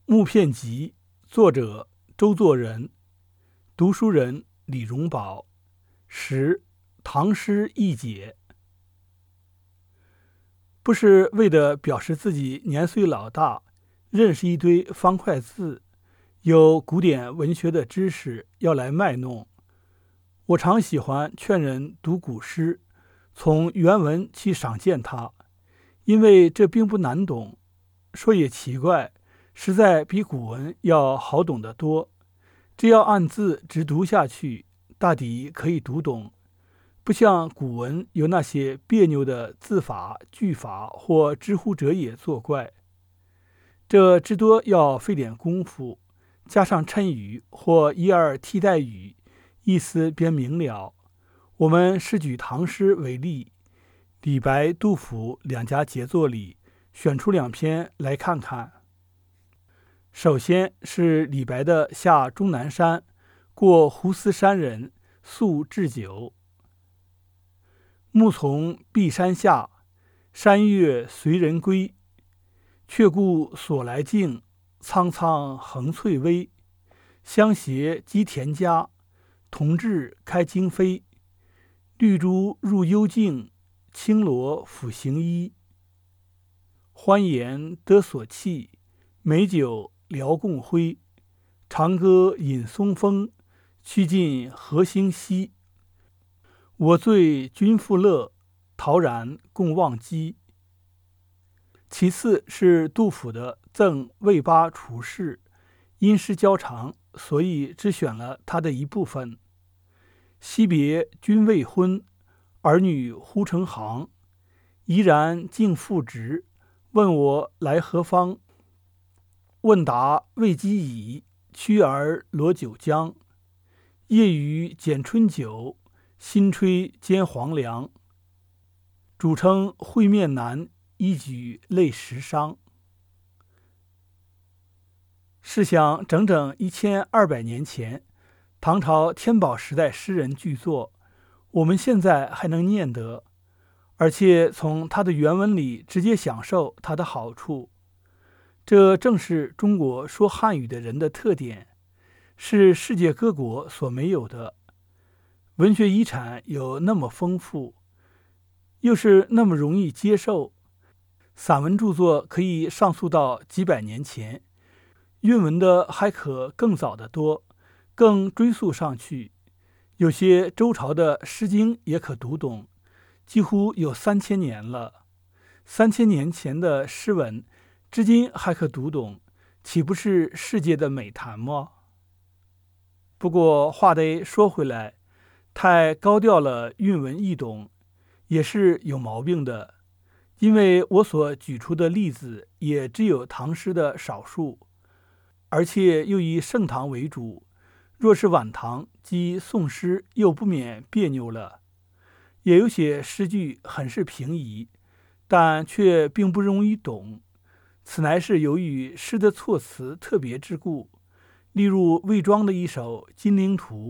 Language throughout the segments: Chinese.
木片集》，作者周作人，读书人李荣宝。唐诗一解。不是为了表示自己年岁老大，认识一堆方块字，有古典文学的知识要来卖弄。我常喜欢劝人读古诗，从原文去赏鉴它，因为这并不难懂。说也奇怪，实在比古文要好懂得多。只要按字直读下去，大抵可以读懂。不像古文有那些别扭的字法、句法或知乎者也作怪，这至多要费点功夫，加上衬语或一二替代语，意思便明了。我们是举唐诗为例，李白、杜甫两家杰作里选出2篇来看看。首先是李白的《下终南山》，过胡思山人，宿置酒。暮从碧山下，山月随人归。却顾所来径，苍苍横翠微。香携积田家，同治开荆扉。绿珠入幽径，青罗抚行衣。欢颜得所憩，美酒聊共挥。长歌饮松风，曲尽何星稀。我醉君复乐，陶然共忘机。其次是杜甫的《赠卫八处士》，因诗较长，所以只选了他的一部分。惜别君未婚，儿女忽成行。怡然敬父职，问我来何方。问答未及已，驱儿罗九江。夜雨剪春酒，新吹兼黄粱。主称会面难，一举泪十觞。试想整整1200年前，唐朝天宝时代诗人巨作，我们现在还能念得，而且从他的原文里直接享受他的好处。这正是中国说汉语的人的特点，是世界各国所没有的。文学遗产有那么丰富，又是那么容易接受。散文著作可以上溯到几百年前，韵文的还可更早得多，更追溯上去。有些周朝的《诗经》也可读懂，几乎有3000年了。3000年前的诗文，至今还可读懂，岂不是世界的美谈吗？不过话得说回来，太高调了，韵文易懂也是有毛病的，因为我所举出的例子也只有唐诗的少数，而且又以盛唐为主。若是晚唐即宋诗，又不免别扭了。也有些诗句很是平易，但却并不容易懂，此乃是由于诗的措辞特别之故。例如魏庄的一首《金陵图》：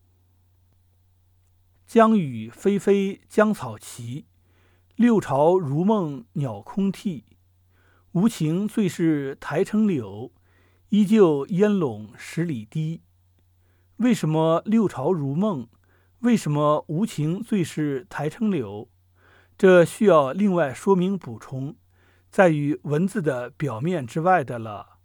江雨霏霏江草齐，六朝如梦鸟空啼。无情最是台城柳，依旧烟笼10里堤。为什么六朝如梦？为什么无情最是台城柳？这需要另外说明补充，在于文字的表面之外的了。